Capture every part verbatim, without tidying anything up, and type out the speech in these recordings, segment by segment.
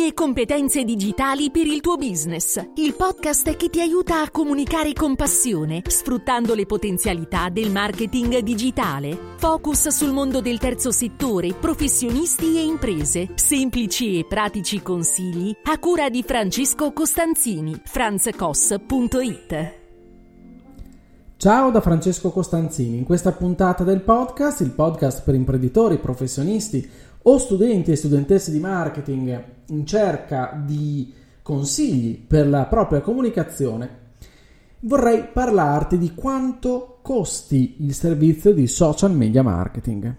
e competenze digitali per il tuo business. Il podcast che ti aiuta a comunicare con passione, sfruttando le potenzialità del marketing digitale. Focus sul mondo del terzo settore, professionisti e imprese. Semplici e pratici consigli a cura di Francesco Costanzini. franz cos punto it. Ciao da Francesco Costanzini. In questa puntata del podcast, il podcast per imprenditori, professionisti o studenti e studentesse di marketing in cerca di consigli per la propria comunicazione, vorrei parlarti di quanto costi il servizio di social media marketing.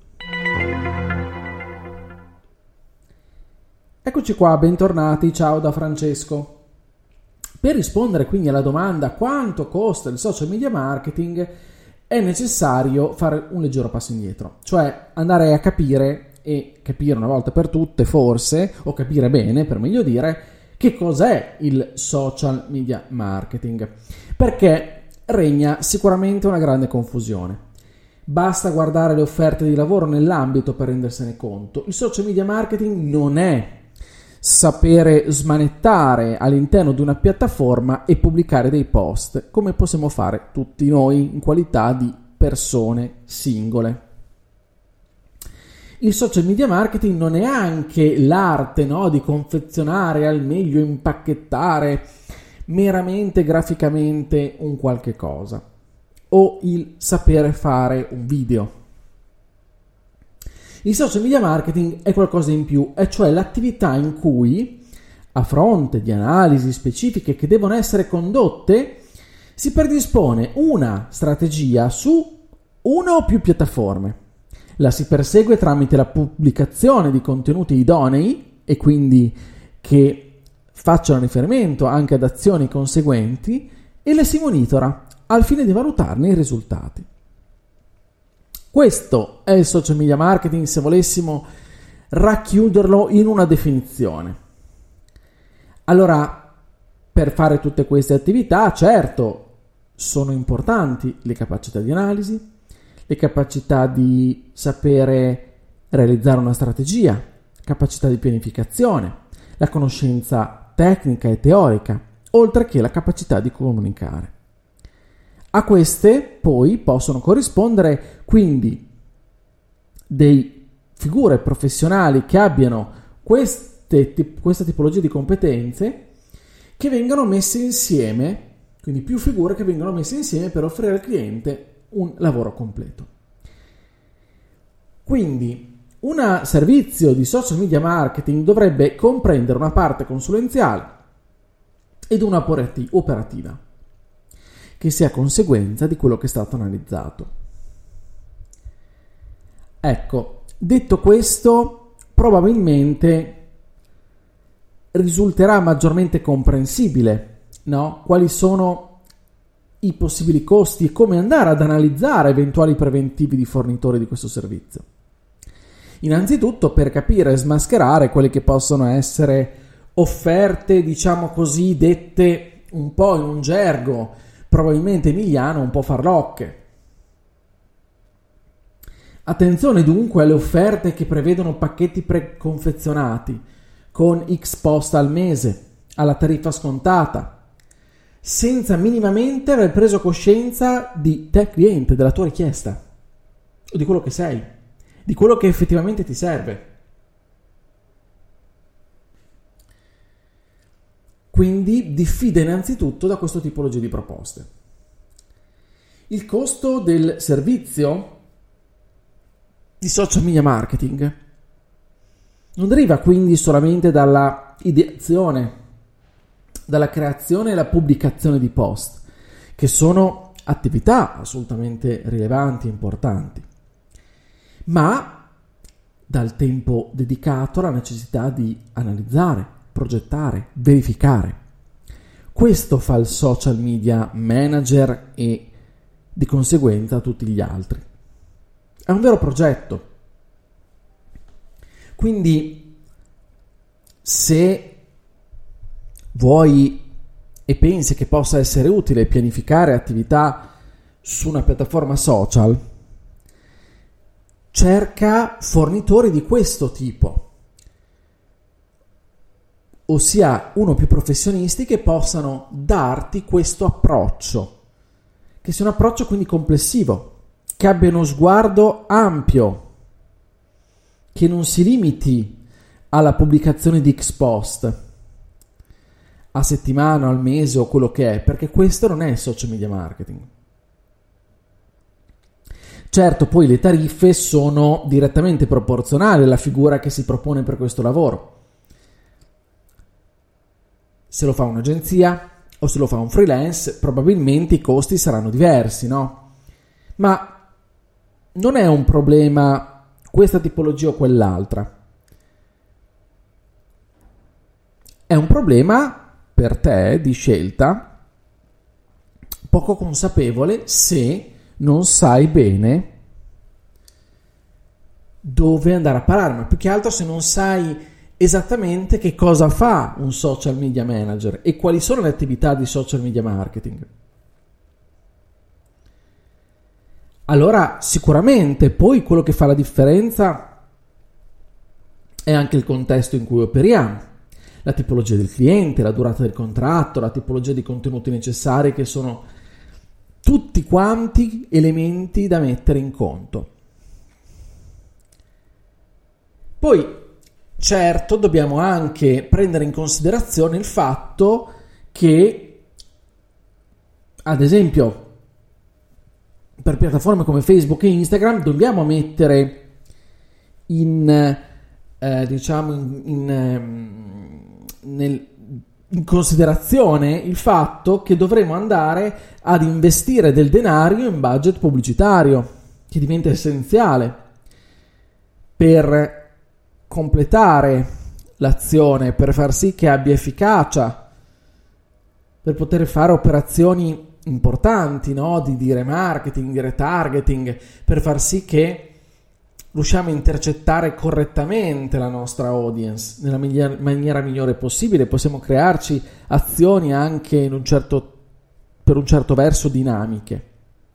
Eccoci qua, bentornati, ciao da Francesco. Per rispondere quindi alla domanda quanto costa il social media marketing è necessario fare un leggero passo indietro, cioè andare a capire e capire una volta per tutte forse, o capire bene per meglio dire, che cos'è il social media marketing, perché regna sicuramente una grande confusione. Basta guardare le offerte di lavoro nell'ambito per rendersene conto. Il social media marketing non è sapere smanettare all'interno di una piattaforma e pubblicare dei post, come possiamo fare tutti noi in qualità di persone singole. Il social media marketing non è anche l'arte, no, di confezionare al meglio, impacchettare meramente graficamente un qualche cosa, o il sapere fare un video. Il social media marketing è qualcosa in più, e cioè l'attività in cui, a fronte di analisi specifiche che devono essere condotte, si predispone una strategia su una o più piattaforme. La si persegue tramite la pubblicazione di contenuti idonei e quindi che facciano riferimento anche ad azioni conseguenti, e le si monitora al fine di valutarne i risultati. Questo è il social media marketing se volessimo racchiuderlo in una definizione. Allora, per fare tutte queste attività, certo, sono importanti le capacità di analisi, le capacità di sapere realizzare una strategia, capacità di pianificazione, la conoscenza tecnica e teorica, oltre che la capacità di comunicare. A queste poi possono corrispondere quindi dei figure professionali che abbiano queste, questa tipologia di competenze che vengono messe insieme, quindi più figure che vengono messe insieme per offrire al cliente un lavoro completo. Quindi un servizio di social media marketing dovrebbe comprendere una parte consulenziale ed una operativa, che sia conseguenza di quello che è stato analizzato. Ecco, detto questo, probabilmente risulterà maggiormente comprensibile, no? Quali sono i possibili costi e come andare ad analizzare eventuali preventivi di fornitori di questo servizio. Innanzitutto per capire e smascherare quelle che possono essere offerte, diciamo così, dette un po' in un gergo probabilmente emiliano, un po' farlocche. Attenzione dunque alle offerte che prevedono pacchetti preconfezionati con X post al mese, alla tariffa scontata, senza minimamente aver preso coscienza di te cliente, della tua richiesta, o di quello che sei, di quello che effettivamente ti serve. Quindi diffida innanzitutto da questo tipologia di proposte. Il costo del servizio di social media marketing non deriva quindi solamente dalla ideazione, dalla creazione e la pubblicazione di post, che sono attività assolutamente rilevanti e importanti, ma dal tempo dedicato alla necessità di analizzare, progettare, verificare. Questo fa il social media manager e di conseguenza tutti gli altri. È un vero progetto. Quindi se vuoi e pensi che possa essere utile pianificare attività su una piattaforma social, cerca fornitori di questo tipo. ossia uno o più professionisti che possano darti questo approccio, che sia un approccio quindi complessivo, che abbia uno sguardo ampio, che non si limiti alla pubblicazione di X post a settimana, al mese o quello che è, perché questo non è il social media marketing. Certo, poi le tariffe sono direttamente proporzionali alla figura che si propone per questo lavoro. Se lo fa un'agenzia o se lo fa un freelance, probabilmente i costi saranno diversi, no? Ma non è un problema questa tipologia o quell'altra. È un problema per te di scelta poco consapevole se non sai bene dove andare a parare, ma più che altro se non sai esattamente che cosa fa un social media manager e quali sono le attività di social media marketing. Allora sicuramente poi quello che fa la differenza è anche il contesto in cui operiamo, la tipologia del cliente, la durata del contratto, la tipologia di contenuti necessari, che sono tutti quanti elementi da mettere in conto. Poi, certo, dobbiamo anche prendere in considerazione il fatto che, ad esempio, per piattaforme come Facebook e Instagram dobbiamo mettere in, eh, diciamo, in, in, nel, in considerazione il fatto che dovremo andare ad investire del denaro in budget pubblicitario, che diventa essenziale per completare l'azione, per far sì che abbia efficacia, per poter fare operazioni importanti, no? di, di remarketing, di retargeting, per far sì che riusciamo a intercettare correttamente la nostra audience nella miglior, maniera migliore possibile. Possiamo crearci azioni anche in un certo, per un certo verso dinamiche,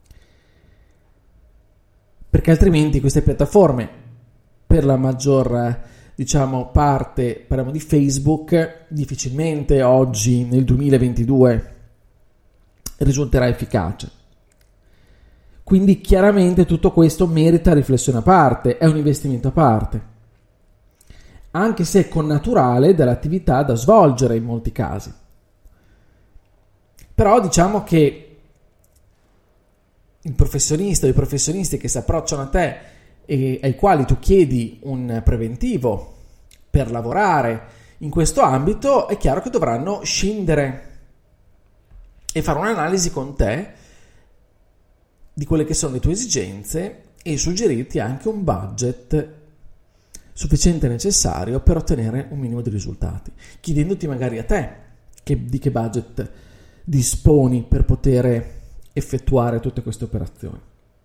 perché altrimenti queste piattaforme, per la maggior diciamo parte, parliamo di Facebook, difficilmente oggi nel duemilaventidue risulterà efficace. Quindi chiaramente tutto questo merita riflessione a parte, è un investimento a parte, anche se è connaturale dall'attività da svolgere in molti casi. Però diciamo che il professionista o i professionisti che si approcciano a te e ai quali tu chiedi un preventivo per lavorare in questo ambito, è chiaro che dovranno scendere e fare un'analisi con te di quelle che sono le tue esigenze e suggerirti anche un budget sufficiente e necessario per ottenere un minimo di risultati, chiedendoti magari a te che, di che budget disponi per poter effettuare tutte queste operazioni.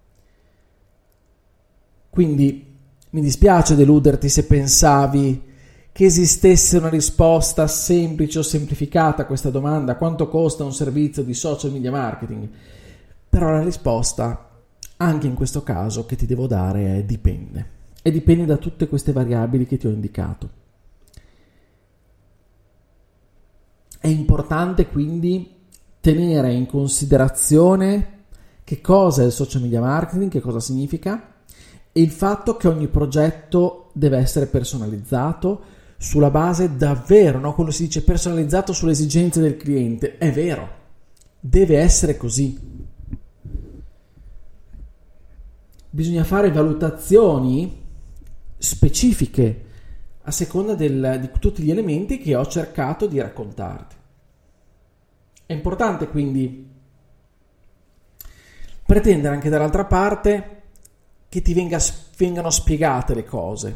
Quindi mi dispiace deluderti se pensavi che esistesse una risposta semplice o semplificata a questa domanda: quanto costa un servizio di social media marketing? Però la risposta, anche in questo caso, che ti devo dare è dipende. E dipende da tutte queste variabili che ti ho indicato. È importante quindi tenere in considerazione che cosa è il social media marketing, che cosa significa, e il fatto che ogni progetto deve essere personalizzato sulla base davvero, no? Quello si dice personalizzato sulle esigenze del cliente. È vero, deve essere così. Bisogna fare valutazioni specifiche a seconda del, di tutti gli elementi che ho cercato di raccontarti. È importante quindi pretendere anche dall'altra parte che ti venga, vengano spiegate le cose,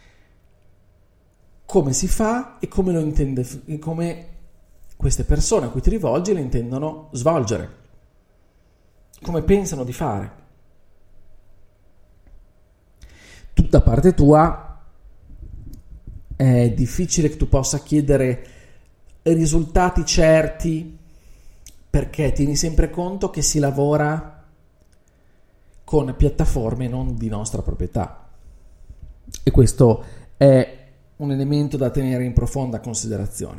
come si fa e come lo intende, come queste persone a cui ti rivolgi le intendono svolgere, come pensano di fare. Tu da parte tua è difficile che tu possa chiedere risultati certi, perché tieni sempre conto che si lavora con piattaforme non di nostra proprietà, e questo è un elemento da tenere in profonda considerazione.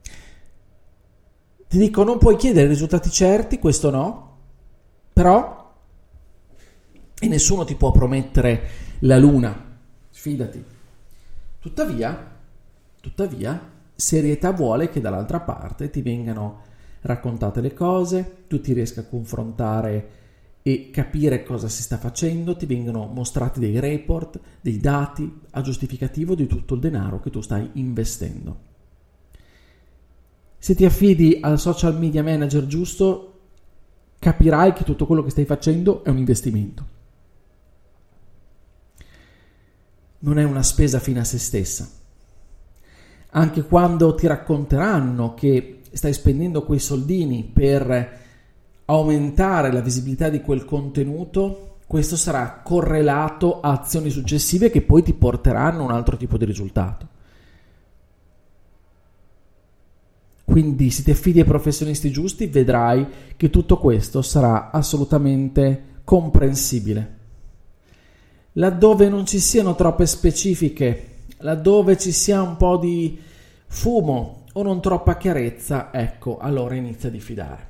Ti dico, non puoi chiedere risultati certi, questo no, però, e nessuno ti può promettere la luna, fidati. Tuttavia, tuttavia, serietà vuole che dall'altra parte ti vengano raccontate le cose, tu ti riesca a confrontare e capire cosa si sta facendo, ti vengono mostrati dei report, dei dati a giustificativo di tutto il denaro che tu stai investendo. Se ti affidi al social media manager giusto, capirai che tutto quello che stai facendo è un investimento. Non è una spesa fine a se stessa. Anche quando ti racconteranno che stai spendendo quei soldini per aumentare la visibilità di quel contenuto, questo sarà correlato a azioni successive che poi ti porteranno a un altro tipo di risultato. Quindi se ti affidi ai professionisti giusti vedrai che tutto questo sarà assolutamente comprensibile. Laddove non ci siano troppe specifiche, laddove ci sia un po' di fumo o non troppa chiarezza, ecco, allora inizia a diffidare.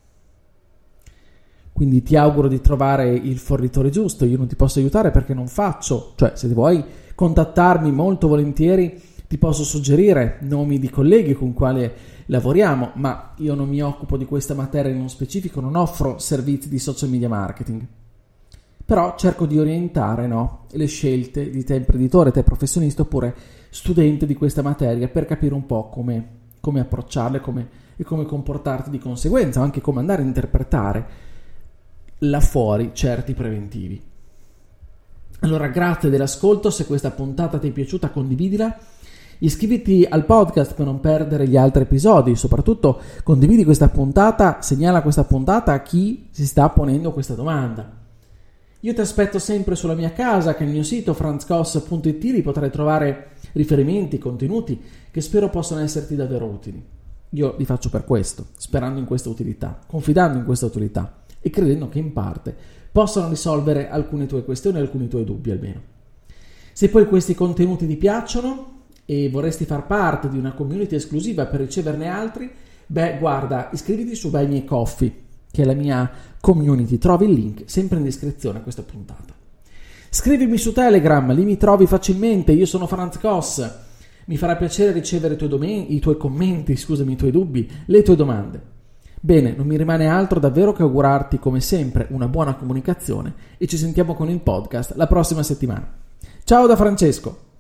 Quindi ti auguro di trovare il fornitore giusto. Io non ti posso aiutare perché non faccio, cioè se vuoi contattarmi molto volentieri ti posso suggerire nomi di colleghi con quali lavoriamo, ma io non mi occupo di questa materia in uno specifico, non offro servizi di social media marketing. Però cerco di orientare, no, le scelte di te imprenditore, te professionista oppure studente di questa materia per capire un po' come, come approcciarle come, e come comportarti di conseguenza, anche come andare a interpretare là fuori certi preventivi. Allora grazie dell'ascolto, se questa puntata ti è piaciuta condividila, iscriviti al podcast per non perdere gli altri episodi, soprattutto condividi questa puntata, segnala questa puntata a chi si sta ponendo questa domanda. Io ti aspetto sempre sulla mia casa, che è il mio sito franz cos punto it, lì potrai trovare riferimenti, contenuti che spero possano esserti davvero utili. Io li faccio per questo, sperando in questa utilità, confidando in questa utilità e credendo che in parte possano risolvere alcune tue questioni, alcuni tuoi dubbi almeno. Se poi questi contenuti ti piacciono e vorresti far parte di una community esclusiva per riceverne altri, beh guarda, iscriviti su Buy Me Coffee, che è la mia community, trovi il link sempre in descrizione a questa puntata. Scrivimi su Telegram, lì mi trovi facilmente, io sono Franz Cos, mi farà piacere ricevere i tuoi, domen- i tuoi commenti, scusami, i tuoi dubbi, le tue domande. Bene, non mi rimane altro davvero che augurarti come sempre una buona comunicazione e ci sentiamo con il podcast la prossima settimana. Ciao da Francesco!